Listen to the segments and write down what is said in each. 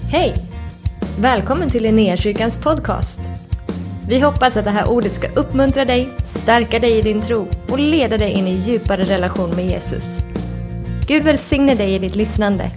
Hej! Välkommen till Linnéakyrkans podcast. Vi hoppas att det här ordet ska uppmuntra dig, stärka dig i din tro och leda dig in i djupare relation med Jesus. Gud välsigne dig i ditt lyssnande.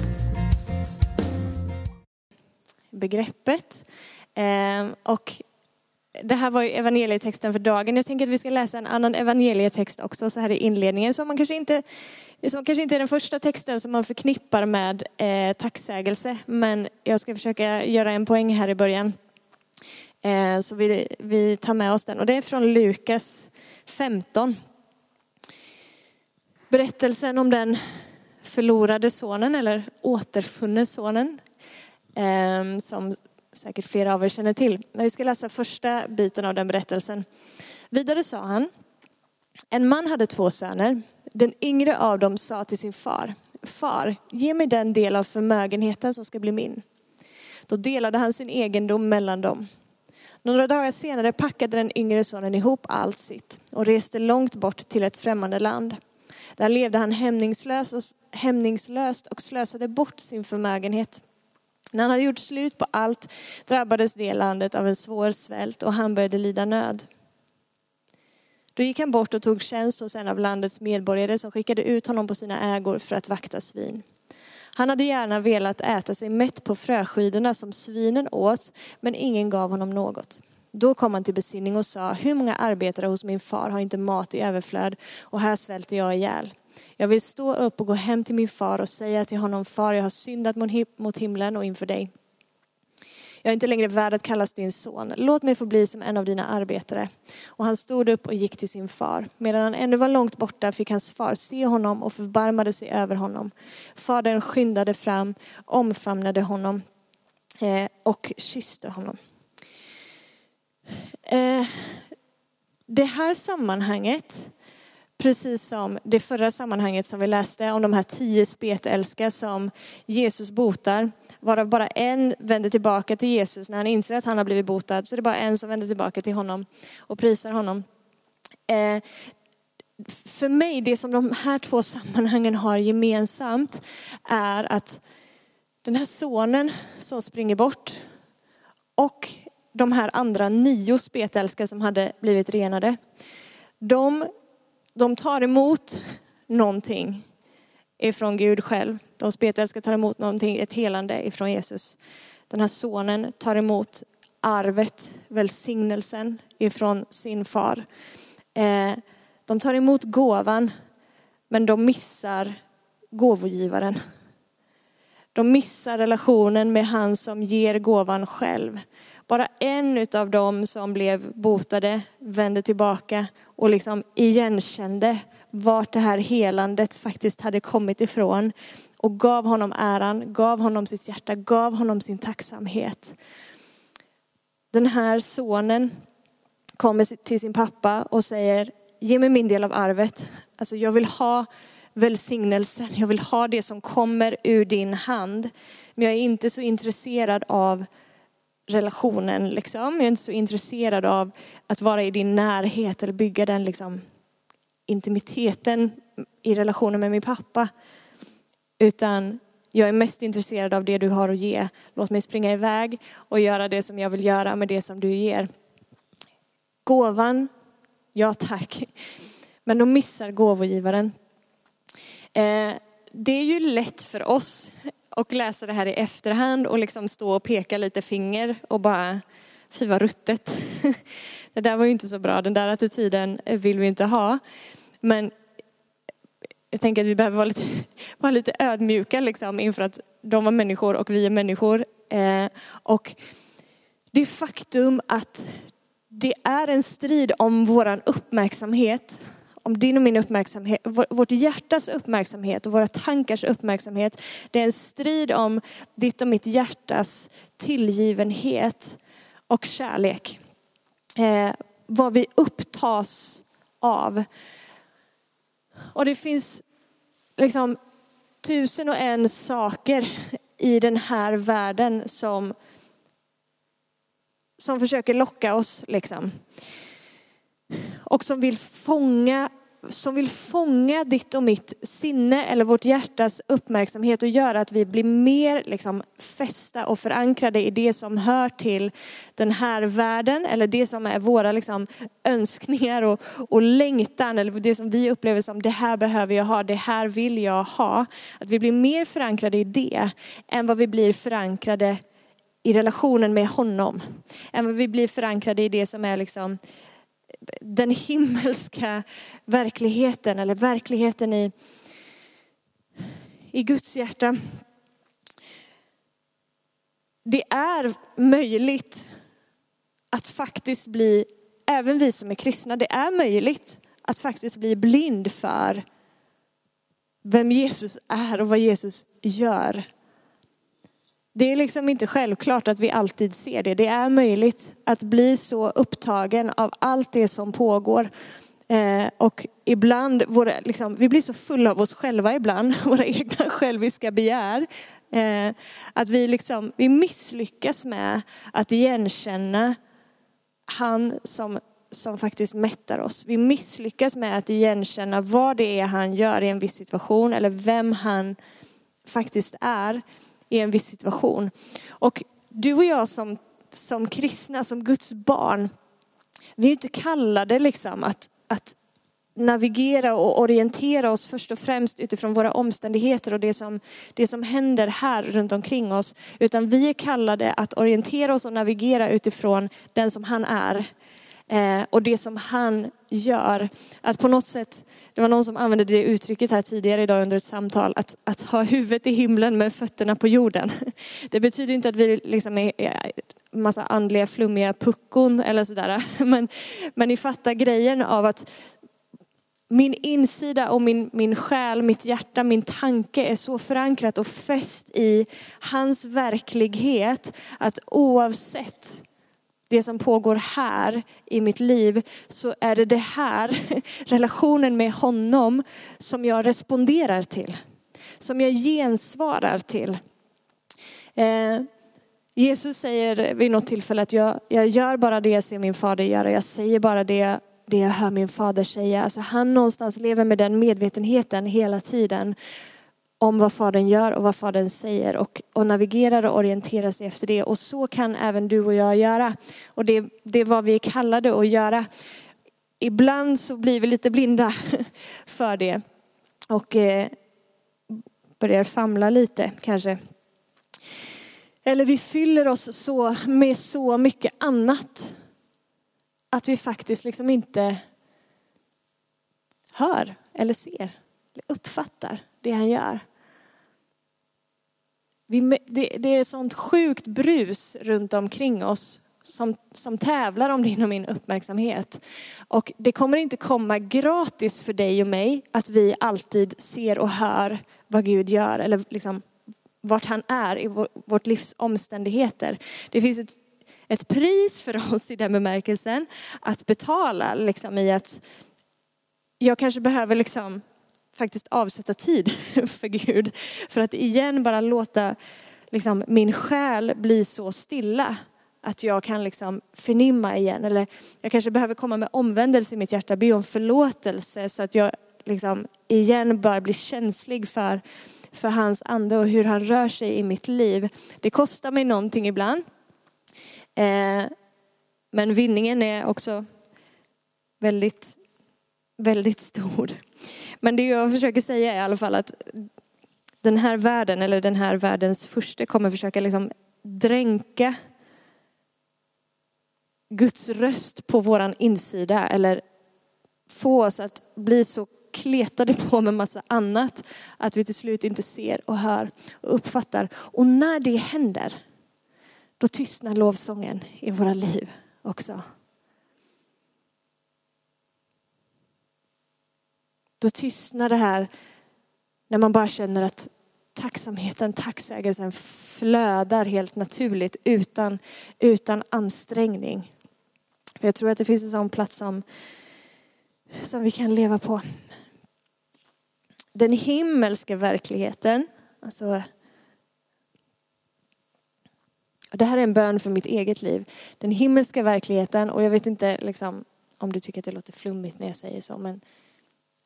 Begreppet. Och det här var ju evangelietexten för dagen. Jag tänker att vi ska läsa en annan evangelietext också så här i inledningen. Som kanske inte är den första texten som man förknippar med tacksägelse. Men jag ska försöka göra en poäng här i början. Så vi tar med oss den. Och det är från Lukas 15. Berättelsen om den förlorade sonen eller återfunne sonen. Som säkert flera av er känner till. Men vi ska läsa första biten av den berättelsen. Vidare sa han: en man hade 2 söner. Den yngre av dem sa till sin far: Far, ge mig den del av förmögenheten som ska bli min. Då delade han sin egendom mellan dem. Några dagar senare packade den yngre sonen ihop allt sitt och reste långt bort till ett främmande land. Där levde han hämningslöst och slösade bort sin förmögenhet. När han hade gjort slut på allt drabbades det landet av en svår svält och han började lida nöd. Då gick han bort och tog tjänst hos en av landets medborgare som skickade ut honom på sina ägor för att vakta svin. Han hade gärna velat äta sig mätt på fröskidorna som svinen åt, men ingen gav honom något. Då kom han till besinning och sa: hur många arbetare hos min far har inte mat i överflöd och här svälter jag ihjäl. Jag vill stå upp och gå hem till min far och säga till honom: far, jag har syndat mot himlen och inför dig. Jag är inte längre värd att kallas din son. Låt mig få bli som en av dina arbetare. Och han stod upp och gick till sin far. Medan han ännu var långt borta fick hans far se honom och förbarmade sig över honom. Fadern skyndade fram, omfamnade honom och kysste honom. Det här sammanhanget, precis som det förra sammanhanget som vi läste om de här 10 spetälska som Jesus botar, varav bara en vänder tillbaka till Jesus när han inser att han har blivit botad. Så det är bara en som vänder tillbaka till honom och prisar honom. För mig, det som de här 2 sammanhangen har gemensamt är att den här sonen som springer bort och de här andra 9 spetälska som hade blivit renade, de tar emot någonting ifrån Gud själv. De spetälska tar emot någonting, ett helande ifrån Jesus. Den här sonen tar emot arvet, välsignelsen ifrån sin far. De tar emot gåvan, men de missar gåvogivaren. De missar relationen med han som ger gåvan själv. Bara en av dem som blev botade vände tillbaka och liksom igenkände vart det här helandet faktiskt hade kommit ifrån. Och gav honom äran, gav honom sitt hjärta, gav honom sin tacksamhet. Den här sonen kommer till sin pappa och säger: ge mig min del av arvet. Alltså jag vill ha välsignelsen, jag vill ha det som kommer ur din hand. Men jag är inte så intresserad av relationen liksom. Jag är inte så intresserad av att vara i din närhet eller bygga den liksom intimiteten i relationen med min pappa. Utan jag är mest intresserad av det du har att ge. Låt mig springa iväg och göra det som jag vill göra med det som du ger. Gåvan, ja tack. Men de missar gåvogivaren. Det är ju lätt för oss att läsa det här i efterhand och liksom stå och peka lite finger och bara: fy vad ruttet. Det där var ju inte så bra. Den där attityden vill vi inte ha. Men jag tänker att vi behöver vara lite ödmjuka liksom, inför att de var människor och vi är människor. Och det faktum att det är en strid om våran uppmärksamhet, om din och min uppmärksamhet, vårt hjärtas uppmärksamhet och våra tankars uppmärksamhet. Det är en strid om ditt och mitt hjärtas tillgivenhet och kärlek. Vad vi upptas av. Och det finns liksom 1001 saker i den här världen som försöker locka oss liksom. Och som vill fånga som vill fånga ditt och mitt sinne eller vårt hjärtas uppmärksamhet och göra att vi blir mer liksom fästa och förankrade i det som hör till den här världen, eller det som är våra liksom önskningar och längtan, eller det som vi upplever som det här behöver jag ha, det här vill jag ha. Att vi blir mer förankrade i det än vad vi blir förankrade i relationen med honom. Än vad vi blir förankrade i det som är liksom den himmelska verkligheten, eller verkligheten i Guds hjärta. Det är möjligt att faktiskt bli, även vi som är kristna, det är möjligt att faktiskt bli blind för vem Jesus är och vad Jesus gör. Det är liksom inte självklart att vi alltid ser det. Det är möjligt att bli så upptagen av allt det som pågår. Och ibland, vi blir så fulla av oss själva ibland, våra egna själviska begär. Att vi misslyckas med att igenkänna han som faktiskt mättar oss. Vi misslyckas med att igenkänna vad det är han gör i en viss situation, eller vem han faktiskt är i en viss situation. Och du och jag som kristna, som Guds barn, vi är inte kallade liksom att navigera och orientera oss först och främst utifrån våra omständigheter och det som händer här runt omkring oss. Utan vi är kallade att orientera oss och navigera utifrån den som han är. Och det som han gör. Att på något sätt, det var någon som använde det uttrycket här tidigare idag under ett samtal, att ha huvudet i himlen med fötterna på jorden. Det betyder inte att vi liksom är massa andliga flummiga puckon eller sådär. Men ni fattar grejen av att min insida och min själ, mitt hjärta, min tanke är så förankrat och fäst i hans verklighet att oavsett det som pågår här i mitt liv, så är det här, relationen med honom, som jag responderar till. Som jag gensvarar till. Jesus säger vid något tillfälle att jag gör bara det jag ser min fader göra. Jag säger bara det jag hör min fader säga. Alltså han någonstans lever med den medvetenheten hela tiden. Om vad fadern gör och vad fadern säger. Och navigerar och orienterar sig efter det. Och så kan även du och jag göra. Och det är vad vi är kallade att göra. Ibland så blir vi lite blinda för det. Och börjar famla lite kanske. Eller vi fyller oss med så mycket annat. Att vi faktiskt liksom inte hör eller ser. Eller uppfattar det han gör. Det är sånt sjukt brus runt omkring oss som tävlar om din och min uppmärksamhet. Och det kommer inte komma gratis för dig och mig att vi alltid ser och hör vad Gud gör. Eller liksom vart han är i vårt livs omständigheter. Det finns ett pris för oss i den bemärkelsen att betala. Liksom, i att jag kanske behöver liksom faktiskt avsätta tid för Gud. För att igen bara låta liksom min själ bli så stilla. Att jag kan liksom förnimma igen. Eller jag kanske behöver komma med omvändelse i mitt hjärta. Be om förlåtelse. Så att jag liksom igen bara blir känslig för hans ande. Och hur han rör sig i mitt liv. Det kostar mig någonting ibland. Men vinningen är också väldigt, väldigt stor. Men det jag försöker säga är i alla fall att den här världen, eller den här världens furste, kommer försöka liksom dränka Guds röst på våran insida. Eller få oss att bli så kletade på med massa annat att vi till slut inte ser och hör och uppfattar. Och när det händer, då tystnar lovsången i våra liv också. Då tystnar det här när man bara känner att tacksamheten, tacksägelsen flödar helt naturligt utan ansträngning. För jag tror att det finns en sån plats som vi kan leva på. Den himmelska verkligheten, alltså det här är en bön för mitt eget liv. Den himmelska verkligheten, och jag vet inte liksom, om du tycker att det låter flummigt när jag säger så, men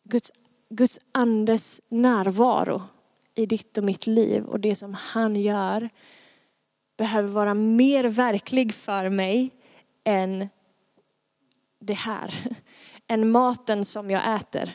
Guds andes närvaro i ditt och mitt liv och det som han gör behöver vara mer verklig för mig än det här. Än maten som jag äter.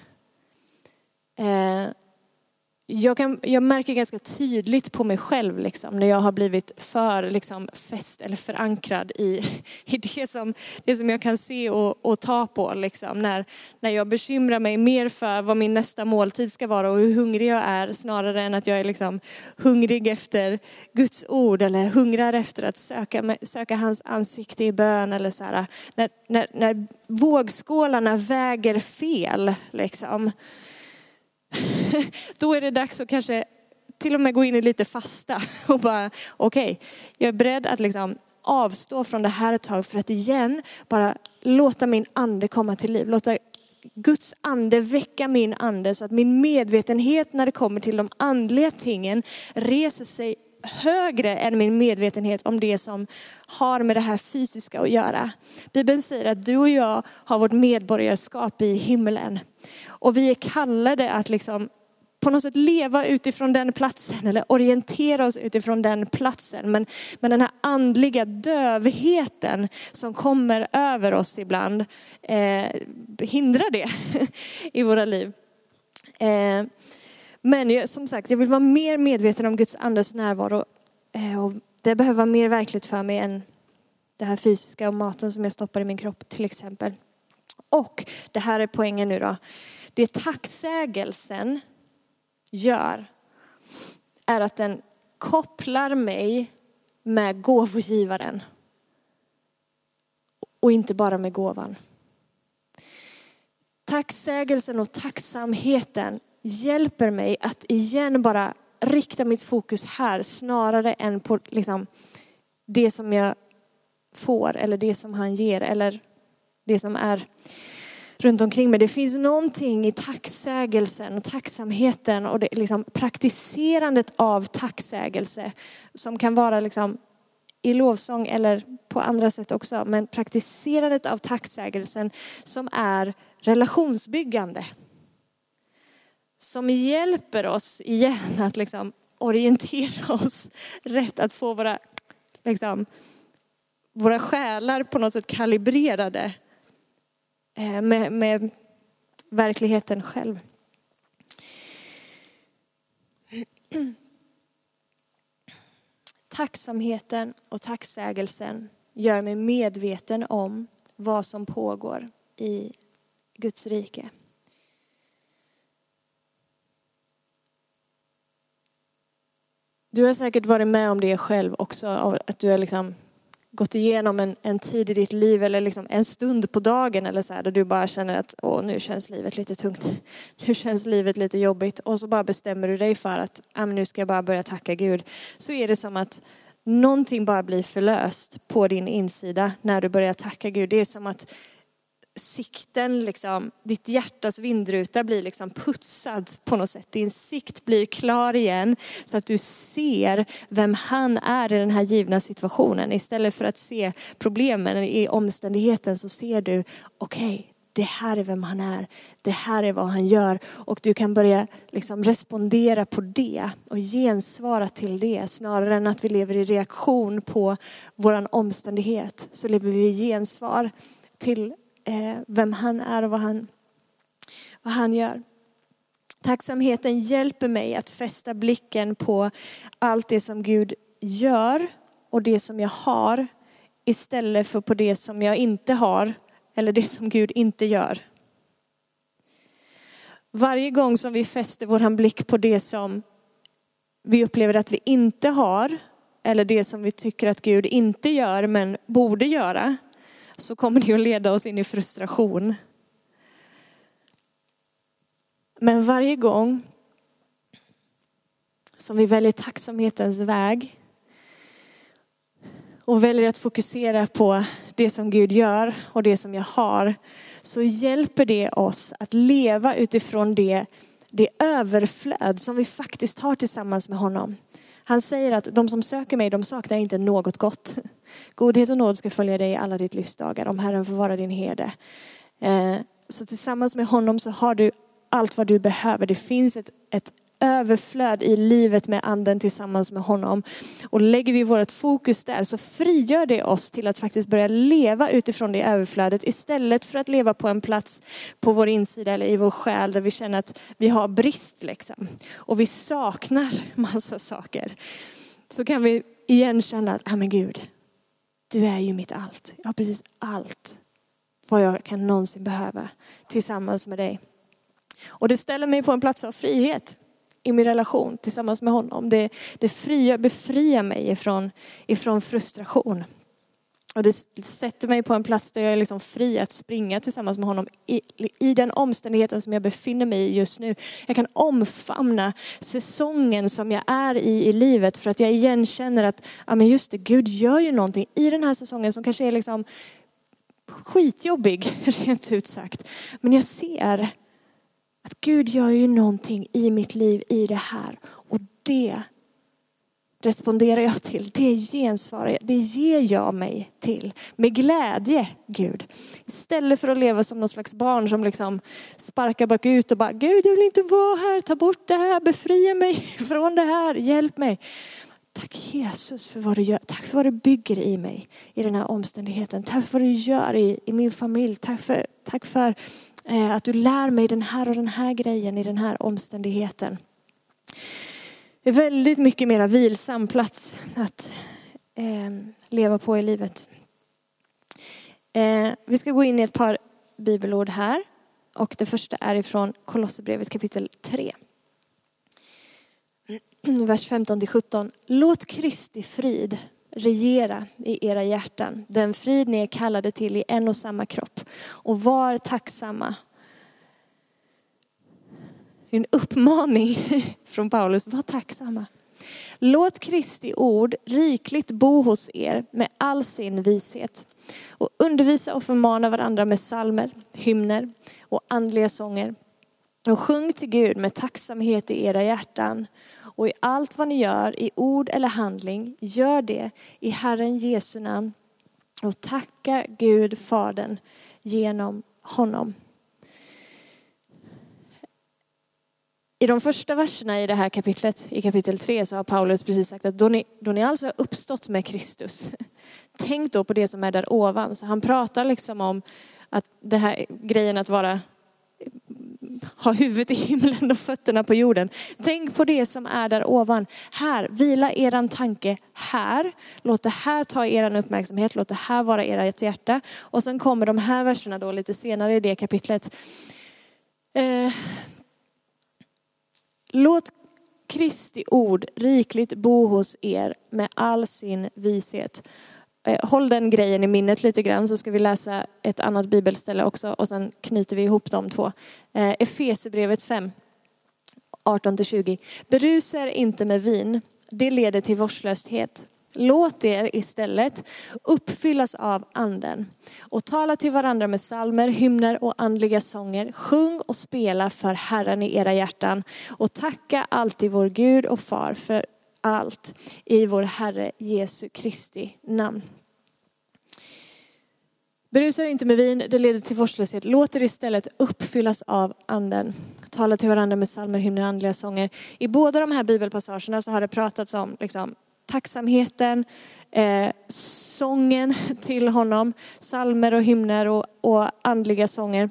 Jag märker ganska tydligt på mig själv liksom, när jag har blivit för liksom, fäst eller förankrad i det som jag kan se och ta på. Liksom, när jag bekymrar mig mer för vad min nästa måltid ska vara och hur hungrig jag är, snarare än att jag är liksom, hungrig efter Guds ord eller hungrar efter att söka hans ansikte i bön. Eller så här, när vågskålarna väger fel liksom. Då är det dags att kanske till och med gå in i lite fasta och bara okej, jag är beredd att liksom avstå från det här ett tag för att igen bara låta min ande komma till liv. Låta Guds ande väcka min ande så att min medvetenhet när det kommer till de andliga tingen reser sig högre än min medvetenhet om det som har med det här fysiska att göra. Bibeln säger att du och jag har vårt medborgarskap i himlen. Och vi är kallade att liksom på något sätt leva utifrån den platsen eller orientera oss utifrån den platsen. Men den här andliga dövheten som kommer över oss ibland hindrar det i våra liv. Men som sagt, jag vill vara mer medveten om Guds andes närvaro. Och det behöver vara mer verkligt för mig än det här fysiska och maten som jag stoppar i min kropp till exempel. Och det här är poängen nu då. Det tacksägelsen gör är att den kopplar mig med gåvogivaren. Och inte bara med gåvan. Tacksägelsen och tacksamheten hjälper mig att igen bara rikta mitt fokus här snarare än på liksom det som jag får eller det som han ger eller det som är runt omkring mig. Det finns någonting i tacksägelsen och tacksamheten och det liksom praktiserandet av tacksägelse som kan vara liksom i lovsång eller på andra sätt också. Men praktiserandet av tacksägelsen som är relationsbyggande. Som hjälper oss igen att liksom orientera oss rätt. Att få våra själar på något sätt kalibrerade med verkligheten själv. Tacksamheten och tacksägelsen gör mig medveten om vad som pågår i Guds rike. Du har säkert varit med om det själv också. Att du har liksom gått igenom en tid i ditt liv eller liksom en stund på dagen eller så här, där du bara känner att nu känns livet lite tungt. Nu känns livet lite jobbigt. Och så bara bestämmer du dig för att nu ska jag bara börja tacka Gud. Så är det som att någonting bara blir förlöst på din insida när du börjar tacka Gud. Det är som att sikten, liksom, ditt hjärtas vindruta blir liksom putsad på något sätt. Din sikt blir klar igen så att du ser vem han är i den här givna situationen. Istället för att se problemen i omständigheten så ser du, okej, det här är vem han är. Det här är vad han gör. Och du kan börja liksom respondera på det och gensvara till det. Snarare än att vi lever i reaktion på våran omständighet så lever vi i gensvar till vem han är och vad han gör. Tacksamheten hjälper mig att fästa blicken på allt det som Gud gör och det som jag har istället för på det som jag inte har eller det som Gud inte gör. Varje gång som vi fäster våran blick på det som vi upplever att vi inte har eller det som vi tycker att Gud inte gör men borde göra, så kommer det att leda oss in i frustration. Men varje gång som vi väljer tacksamhetens väg och väljer att fokusera på det som Gud gör och det som jag har, så hjälper det oss att leva utifrån det överflöd som vi faktiskt har tillsammans med honom. Han säger att de som söker mig, de saknar inte något gott. Godhet och nåd ska följa dig i alla ditt livsdagar. Om Herren får vara din herde. Så tillsammans med honom så har du allt vad du behöver. Det finns ett överflöd i livet med anden tillsammans med honom. Och lägger vi vårt fokus där så frigör det oss till att faktiskt börja leva utifrån det överflödet. Istället för att leva på en plats på vår insida eller i vår själ där vi känner att vi har brist liksom. Och vi saknar massa saker. Så kan vi igen känna att, men Gud, du är ju mitt allt. Jag har precis allt vad jag kan någonsin behöva tillsammans med dig. Och det ställer mig på en plats av frihet i min relation tillsammans med honom. Det befriar mig ifrån frustration. Och det sätter mig på en plats där jag är liksom fri att springa tillsammans med honom i den omständigheten som jag befinner mig i just nu. Jag kan omfamna säsongen som jag är i livet för att jag igen känner att men just det, Gud gör ju någonting i den här säsongen som kanske är liksom skitjobbig rent ut sagt. Men jag ser att Gud gör ju någonting i mitt liv i det här. Och det responderar jag till. Det gensvarar jag. Det ger jag mig till. Med glädje, Gud. Istället för att leva som någon slags barn som liksom sparkar bakut och bara, Gud, jag vill inte vara här. Ta bort det här. Befria mig från det här. Hjälp mig. Tack Jesus för vad du gör. Tack för vad du bygger i mig i den här omständigheten. Tack för vad du gör i min familj. Tack för att du lär mig den här och den här grejen i den här omständigheten. Det är väldigt mycket mera vilsam plats att leva på i livet. Vi ska gå in i ett par bibelord här. Och det första är ifrån Kolosserbrevet kapitel 3. Vers 15-17. Låt Kristi frid regera i era hjärtan. Den frid ni är kallade till i en och samma kropp. Och var tacksamma. En uppmaning från Paulus. Var tacksamma. Låt Kristi ord rikligt bo hos er med all sin vishet. Och undervisa och förmana varandra med psalmer, hymner och andliga sånger. Och sjung till Gud med tacksamhet i era hjärtan. Och i allt vad ni gör, i ord eller handling, gör det i Herren Jesu namn. Och tacka Gud Fadern genom honom. I de första verserna i det här kapitlet, i kapitel 3, så har Paulus precis sagt att då ni alltså har uppstått med Kristus, tänk då på det som är där ovan. Så han pratar liksom om att det här grejen att ha huvudet i himlen och fötterna på jorden. Tänk på det som är där ovan. Här, vila eran tanke här. Låt det här ta eran uppmärksamhet. Låt det här vara ert hjärta. Och sen kommer de här verserna då lite senare i det kapitlet. Låt Kristi ord rikligt bo hos er med all sin vishet. Håll den grejen i minnet lite grann, så ska vi läsa ett annat bibelställe också och sen knyter vi ihop de två. Efesierbrevet 5, 18-20. Berusa er inte med vin, det leder till vårdslöshet. Låt er istället uppfyllas av anden och tala till varandra med psalmer, hymner och andliga sånger. Sjung och spela för Herren i era hjärtan och tacka alltid vår Gud och Far för allt i vår Herre Jesu Kristi namn. Berusa er inte med vin, det leder till vårdslöshet. Låt er istället uppfyllas av anden. Tala till varandra med psalmer, hymner och andliga sånger. I båda de här bibelpassagerna så har det pratats om tacksamheten, sången till honom, psalmer och hymner och andliga sånger.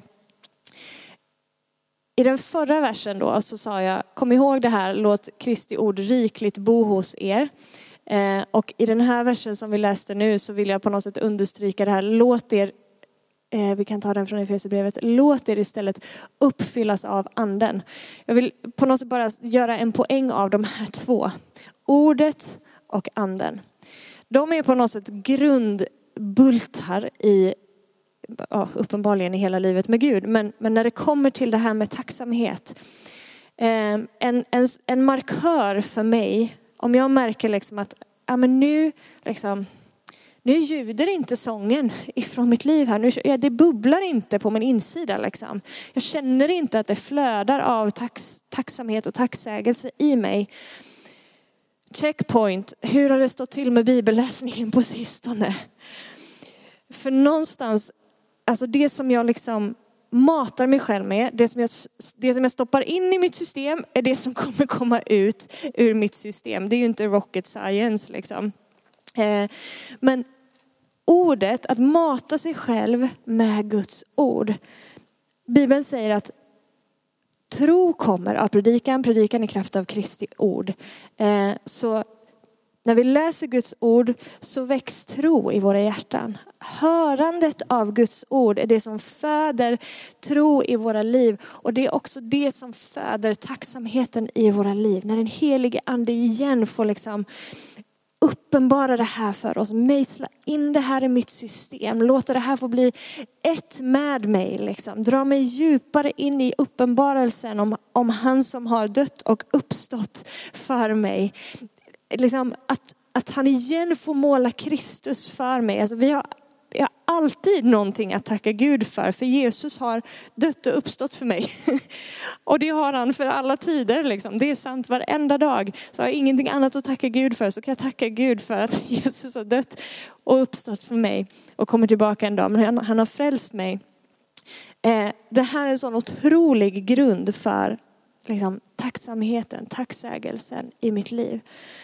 I den förra versen då så sa jag, kom ihåg det här, låt Kristi ord rikligt bo hos er. Och i den här versen som vi läste nu så vill jag på något sätt understryka det här, låt er, vi kan ta den från Efesierbrevet, låt er istället uppfyllas av anden. Jag vill på något sätt bara göra en poäng av de här två, ordet och anden. De är på något sätt grundbultar i uppenbarligen i hela livet med Gud. Men när det kommer till det här med tacksamhet. En markör för mig. Om jag märker liksom att nu ljuder inte sången ifrån mitt liv här. Det bubblar inte på min insida liksom. Jag känner inte att det flödar av tacksamhet och tacksägelse i mig. Checkpoint. Hur har det stått till med bibelläsningen på sistone? För någonstans, alltså det som jag liksom matar mig själv med, det som jag stoppar in i mitt system är det som kommer komma ut ur mitt system. Det är ju inte rocket science liksom. Men ordet, att mata sig själv med Guds ord. Bibeln säger att tro kommer av predikan i kraft av Kristi ord. Så när vi läser Guds ord så väcks tro i våra hjärtan. Hörandet av Guds ord är det som föder tro i våra liv. Och det är också det som föder tacksamheten i våra liv. När den helige ande igen får liksom uppenbara det här för oss. Mejsla in det här i mitt system. Låta det här få bli ett med mig. Liksom. Dra mig djupare in i uppenbarelsen om han som har dött och uppstått för mig. Liksom att han igen får måla Kristus för mig. Alltså vi har alltid någonting att tacka Gud för Jesus har dött och uppstått för mig. Och det har han för alla tider. Liksom. Det är sant varenda dag. Så har jag ingenting annat att tacka Gud för, så kan jag tacka Gud för att Jesus har dött och uppstått för mig. Och kommer tillbaka en dag. Men han har frälst mig. Det här är en sån otrolig grund för liksom, tacksamheten, tacksägelsen i mitt liv.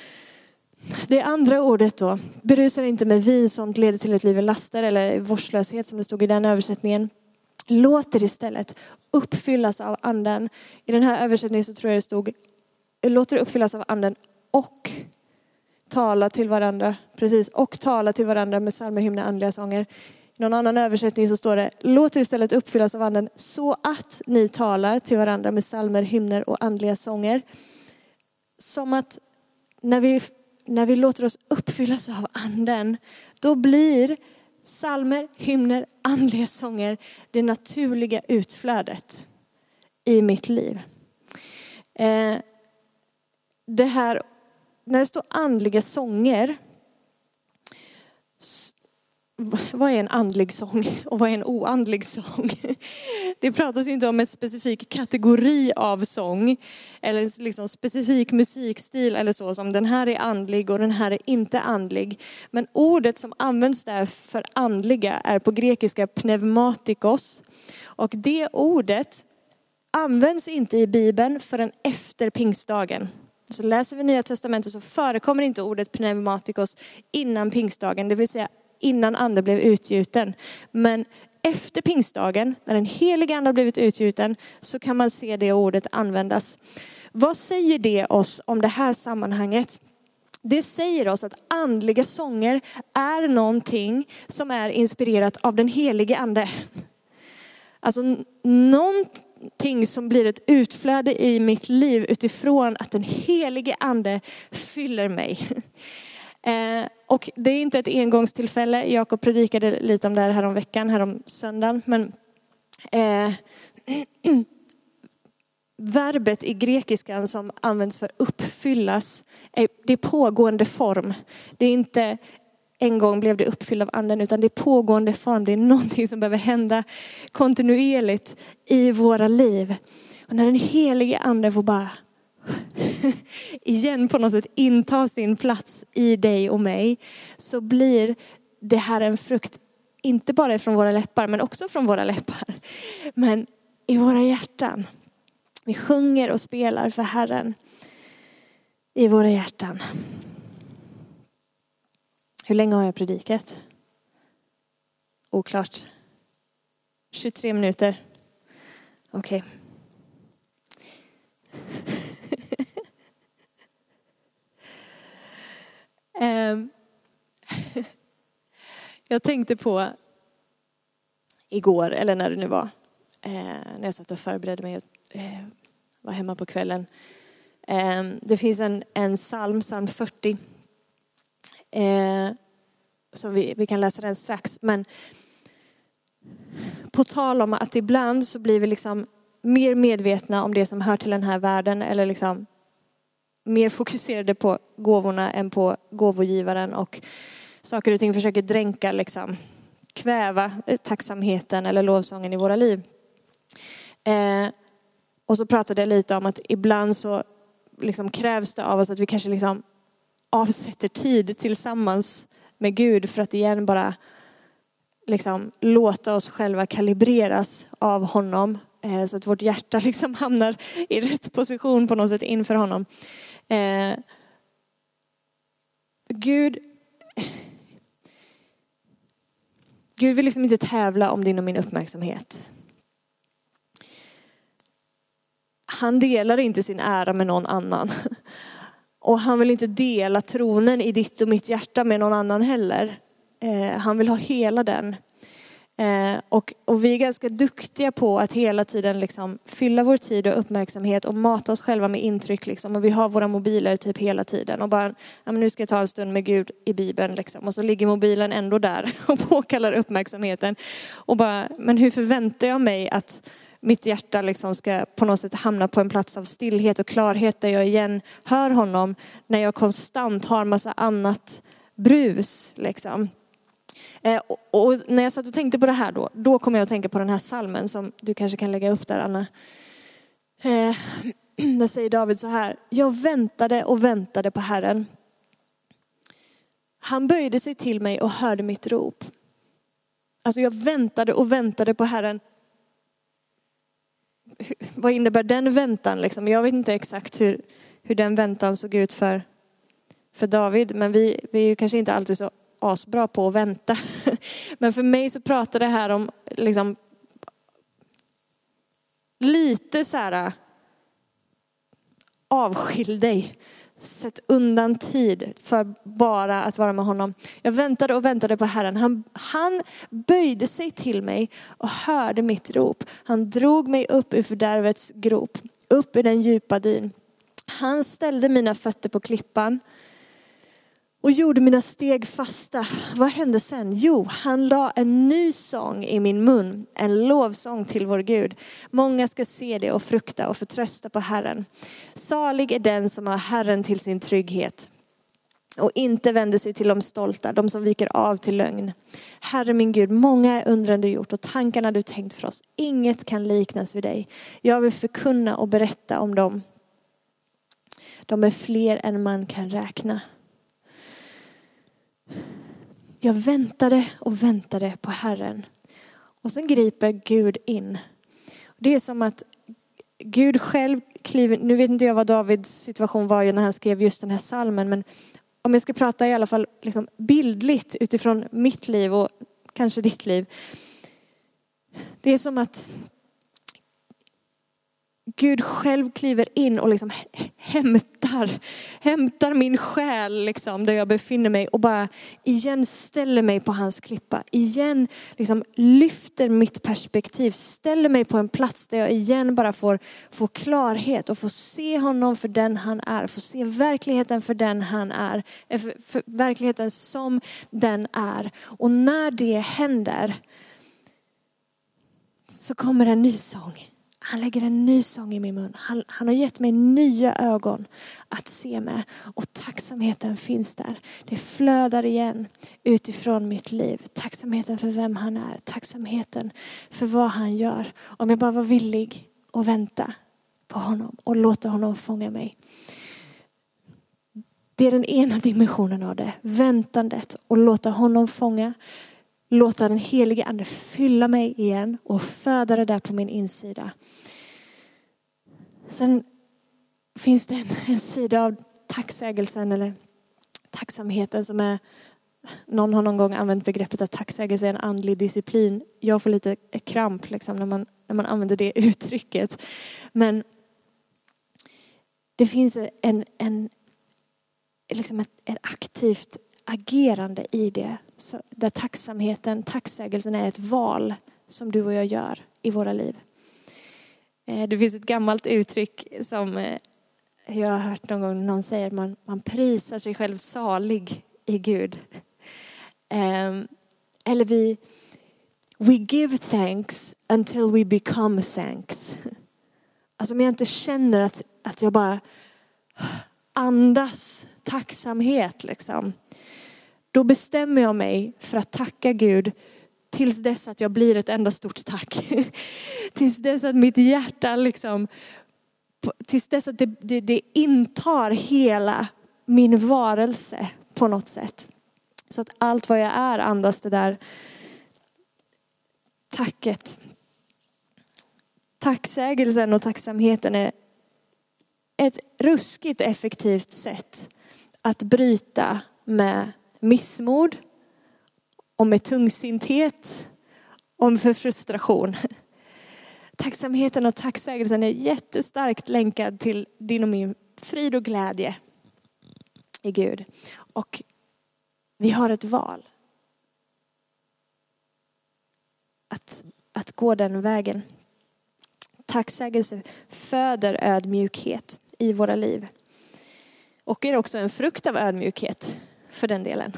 Det andra ordet då, berusar inte med vin, sånt leder till ett liv i laster eller vårdslöshet som det stod i den översättningen. Låter istället uppfyllas av anden. I den här översättningen så tror jag det stod, låter det uppfyllas av anden och tala till varandra. Precis, och tala till varandra med psalmer, hymner, andliga sånger. I någon annan översättning så står det, låter istället uppfyllas av anden så att ni talar till varandra med psalmer, hymner och andliga sånger. Som att när vi låter oss uppfyllas av anden, då blir psalmer, hymner, andliga sånger det naturliga utflödet i mitt liv. Det här, när det står andliga sånger, vad är en andlig sång och vad är en oandlig sång? Det pratas ju inte om en specifik kategori av sång eller liksom specifik musikstil eller så, som den här är andlig och den här är inte andlig. Men ordet som används där för andliga är på grekiska pneumatikos. Och det ordet används inte i Bibeln förrän efter pingstdagen. Så läser vi Nya testamentet så förekommer inte ordet pneumatikos innan pingstdagen, det vill säga innan anden blev utgjuten. Men efter pingstdagen, när den heliga ande har blivit utgjuten, så kan man se det ordet användas. Vad säger det oss om det här sammanhanget? Det säger oss att andliga sånger är någonting som är inspirerat av den helige ande. Alltså någonting som blir ett utflöde i mitt liv utifrån att den helige ande fyller mig. Och det är inte ett engångstillfälle. Jakob predikade lite om det här om veckan, här om söndagen. Men verbet i grekiskan som används för uppfyllas, det är pågående form. Det är inte en gång blev det uppfylld av anden, utan det är pågående form. Det är någonting som behöver hända kontinuerligt i våra liv. Och när den helige ande får bara igen på något sätt inta sin plats i dig och mig, så blir det här en frukt inte bara från våra läppar men också från våra läppar, men i våra hjärtan. Vi sjunger och spelar för Herren i våra hjärtan. Hur länge har jag predikat? Oklart. 23 minuter. Okej. Jag tänkte på igår, eller när det nu var, när jag satt och förberedde mig och var hemma på kvällen. Det finns en psalm 40. Så vi kan läsa den strax. Men på tal om att ibland så blir vi liksom mer medvetna om det som hör till den här världen, eller liksom mer fokuserade på gåvorna än på gåvogivaren, och saker och ting försöker dränka, liksom, kväva tacksamheten eller lovsången i våra liv. Och så pratade jag lite om att ibland så liksom krävs det av oss att vi kanske liksom avsätter tid tillsammans med Gud för att igen bara liksom låta oss själva kalibreras av honom. Så att vårt hjärta liksom hamnar i rätt position på något sätt inför honom. Gud vill liksom inte tävla om din och min uppmärksamhet. Han delar inte sin ära med någon annan. Och han vill inte dela tronen i ditt och mitt hjärta med någon annan heller. Han vill ha hela den. Och vi är ganska duktiga på att hela tiden liksom fylla vår tid och uppmärksamhet och mata oss själva med intryck. Liksom. Och vi har våra mobiler typ hela tiden. Och bara, ja, men nu ska jag ta en stund med Gud i Bibeln. Liksom. Och så ligger mobilen ändå där och påkallar uppmärksamheten. Och bara, men hur förväntar jag mig att mitt hjärta liksom ska på något sätt hamna på en plats av stillhet och klarhet där jag igen hör honom när jag konstant har massa annat brus liksom. Och när jag satt och tänkte på det här då kom jag att tänka på den här salmen som du kanske kan lägga upp där, Anna. Där säger David så här: jag väntade och väntade på Herren. Han böjde sig till mig och hörde mitt rop. Alltså jag väntade och väntade på Herren. Vad innebär den väntan liksom? Jag vet inte exakt hur den väntan såg ut för David. Men vi är ju kanske inte alltid så asbra på att vänta. Men för mig så pratar det här om liksom lite så här: avskilj dig. Sätt undan tid för bara att vara med honom. Jag väntade och väntade på Herren. Han böjde sig till mig och hörde mitt rop. Han drog mig upp ur fördärvets grop. Upp i den djupa dyn. Han ställde mina fötter på klippan. Och gjorde mina steg fasta. Vad hände sen? Jo, han la en ny sång i min mun. En lovsång till vår Gud. Många ska se det och frukta och förtrösta på Herren. Salig är den som har Herren till sin trygghet. Och inte vänder sig till de stolta, de som viker av till lögn. Herre min Gud, många är undrande gjort och tankarna du tänkt för oss. Inget kan liknas vid dig. Jag vill förkunna och berätta om dem. De är fler än man kan räkna. Jag väntade och väntade på Herren. Och sen griper Gud in. Det är som att Gud själv kliver. Nu vet inte jag vad Davids situation var när han skrev just den här salmen. Men om jag ska prata i alla fall liksom bildligt utifrån mitt liv och kanske ditt liv. Det är som att Gud själv kliver in och liksom hämtar min själ liksom där jag befinner mig och bara igen ställer mig på hans klippa. Igen liksom lyfter mitt perspektiv, ställer mig på en plats där jag igen bara får klarhet och får se honom för den han är. Får se verkligheten för den han är. För verkligheten som den är. Och när det händer så kommer en ny sång. Han lägger en ny sång i min mun. Han har gett mig nya ögon att se med. Och tacksamheten finns där. Det flödar igen utifrån mitt liv. Tacksamheten för vem han är. Tacksamheten för vad han gör. Om jag bara var villig att vänta på honom. Och låta honom fånga mig. Det är den ena dimensionen av det. Väntandet och låta honom fånga. Låta den helige ande fylla mig igen och föda det där på min insida. Sen finns det en sida av tacksägelsen eller tacksamheten som är, någon har någon gång använt begreppet att tacksägelse är en andlig disciplin. Jag får lite kramp liksom när man använder det uttrycket. Men det finns liksom ett aktivt agerande i det. Så där tacksägelsen är ett val som du och jag gör i våra liv. Det finns ett gammalt uttryck som jag har hört någon gång. Någon säger man prisar sig själv salig i Gud. Eller we give thanks until we become thanks. Alltså om jag inte känner att jag bara andas tacksamhet liksom. Då bestämmer jag mig för att tacka Gud tills dess att jag blir ett enda stort tack. Tills dess att mitt hjärta liksom, tills dess att det intar hela min varelse på något sätt. Så att allt vad jag är andas det där tacket. Tacksägelsen och tacksamheten är ett ruskigt effektivt sätt att bryta med missmod och med tungsinthet och med frustration. Tacksamheten och tacksägelsen är jättestarkt länkad till din och min frid och glädje i Gud. Och vi har ett val. Att gå den vägen. Tacksägelse föder ödmjukhet i våra liv. Och är också en frukt av ödmjukhet för den delen.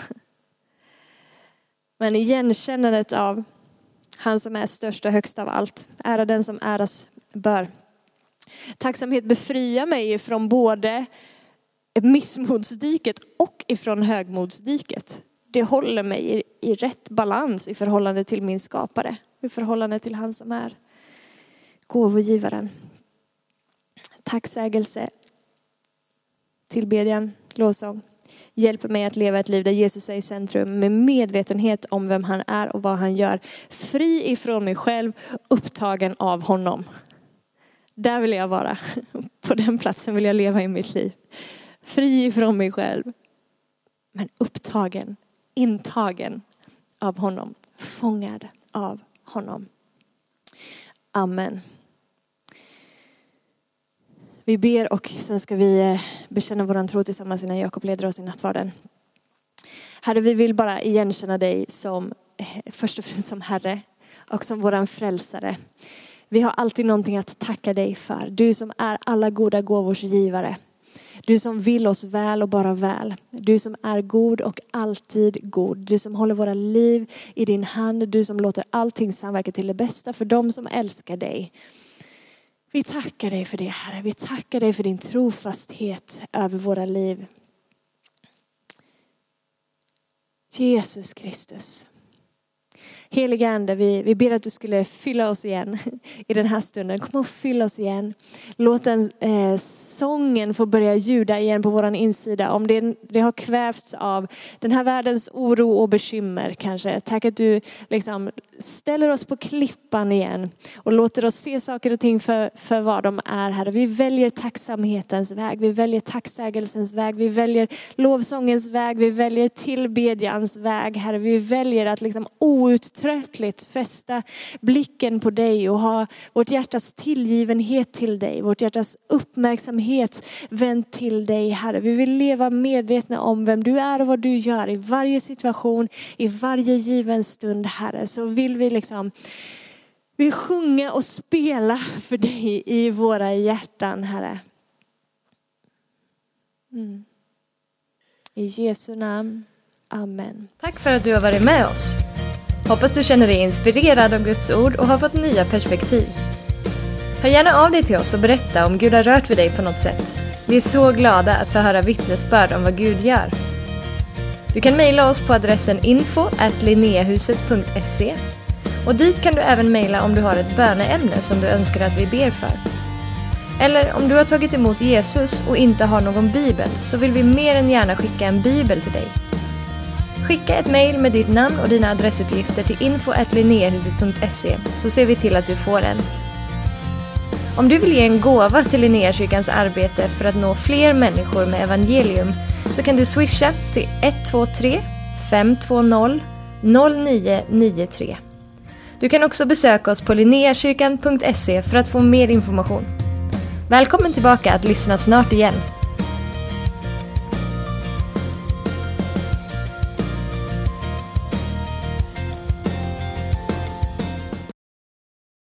Men igenkännandet av han som är störst och högst av allt. Ära den som äras bör. Tacksamhet befriar mig från både missmodsdiket och ifrån högmodsdiket. Det håller mig i rätt balans i förhållande till min skapare. I förhållande till han som är gåvogivaren. Tacksägelse, tillbedjan, lovsång hjälper mig att leva ett liv där Jesus är i centrum med medvetenhet om vem han är och vad han gör. Fri ifrån mig själv, upptagen av honom. Där vill jag vara. På den platsen vill jag leva i mitt liv. Fri ifrån mig själv. Men upptagen, intagen av honom. Fångad av honom. Amen. Vi ber och sen ska vi bekänna våran tro tillsammans innan Jakob leder oss i nattvarden. Herre, vi vill bara igenkänna dig som först och främst som Herre och som våran frälsare. Vi har alltid någonting att tacka dig för. Du som är alla goda gåvors givare. Du som vill oss väl och bara väl. Du som är god och alltid god. Du som håller våra liv i din hand. Du som låter allting samverka till det bästa för dem som älskar dig. Vi tackar dig för det, Herre. Vi tackar dig för din trofasthet över våra liv. Jesus Kristus. Heliga Ande, vi ber att du skulle fylla oss igen i den här stunden. Kom och fylla oss igen. Låt den sången få börja ljuda igen på våran insida. Om det har kvävts av den här världens oro och bekymmer kanske. Tack att du liksom ställer oss på klippan igen. Och låter oss se saker och ting för vad de är, Herre. Vi väljer tacksamhetens väg. Vi väljer tacksägelsens väg. Vi väljer lovsångens väg. Vi väljer tillbedjans väg, Herre. Vi väljer att liksom outtröttligt fästa blicken på dig och ha vårt hjärtas tillgivenhet till dig. Vårt hjärtas uppmärksamhet vänd till dig, Herre. Vi vill leva medvetna om vem du är och vad du gör i varje situation, i varje given stund, Herre. Så vill vi sjunga och spela för dig i våra hjärtan, Herre. I Jesu namn. Amen. Tack för att du har varit med oss. Hoppas du känner dig inspirerad av Guds ord och har fått nya perspektiv. Hör gärna av dig till oss och berätta om Gud har rört vid dig på något sätt. Vi är så glada att få höra vittnesbörd om vad Gud gör. Du kan mejla oss på adressen info@linneahuset.se och dit kan du även mejla om du har ett böneämne som du önskar att vi ber för. Eller om du har tagit emot Jesus och inte har någon bibel så vill vi mer än gärna skicka en bibel till dig. Skicka ett mejl med ditt namn och dina adressuppgifter till info@linneahuset.se så ser vi till att du får en. Om du vill ge en gåva till Linneakyrkans arbete för att nå fler människor med evangelium så kan du swisha till 123 520 0993. Du kan också besöka oss på linneakyrkan.se för att få mer information. Välkommen tillbaka att lyssna snart igen.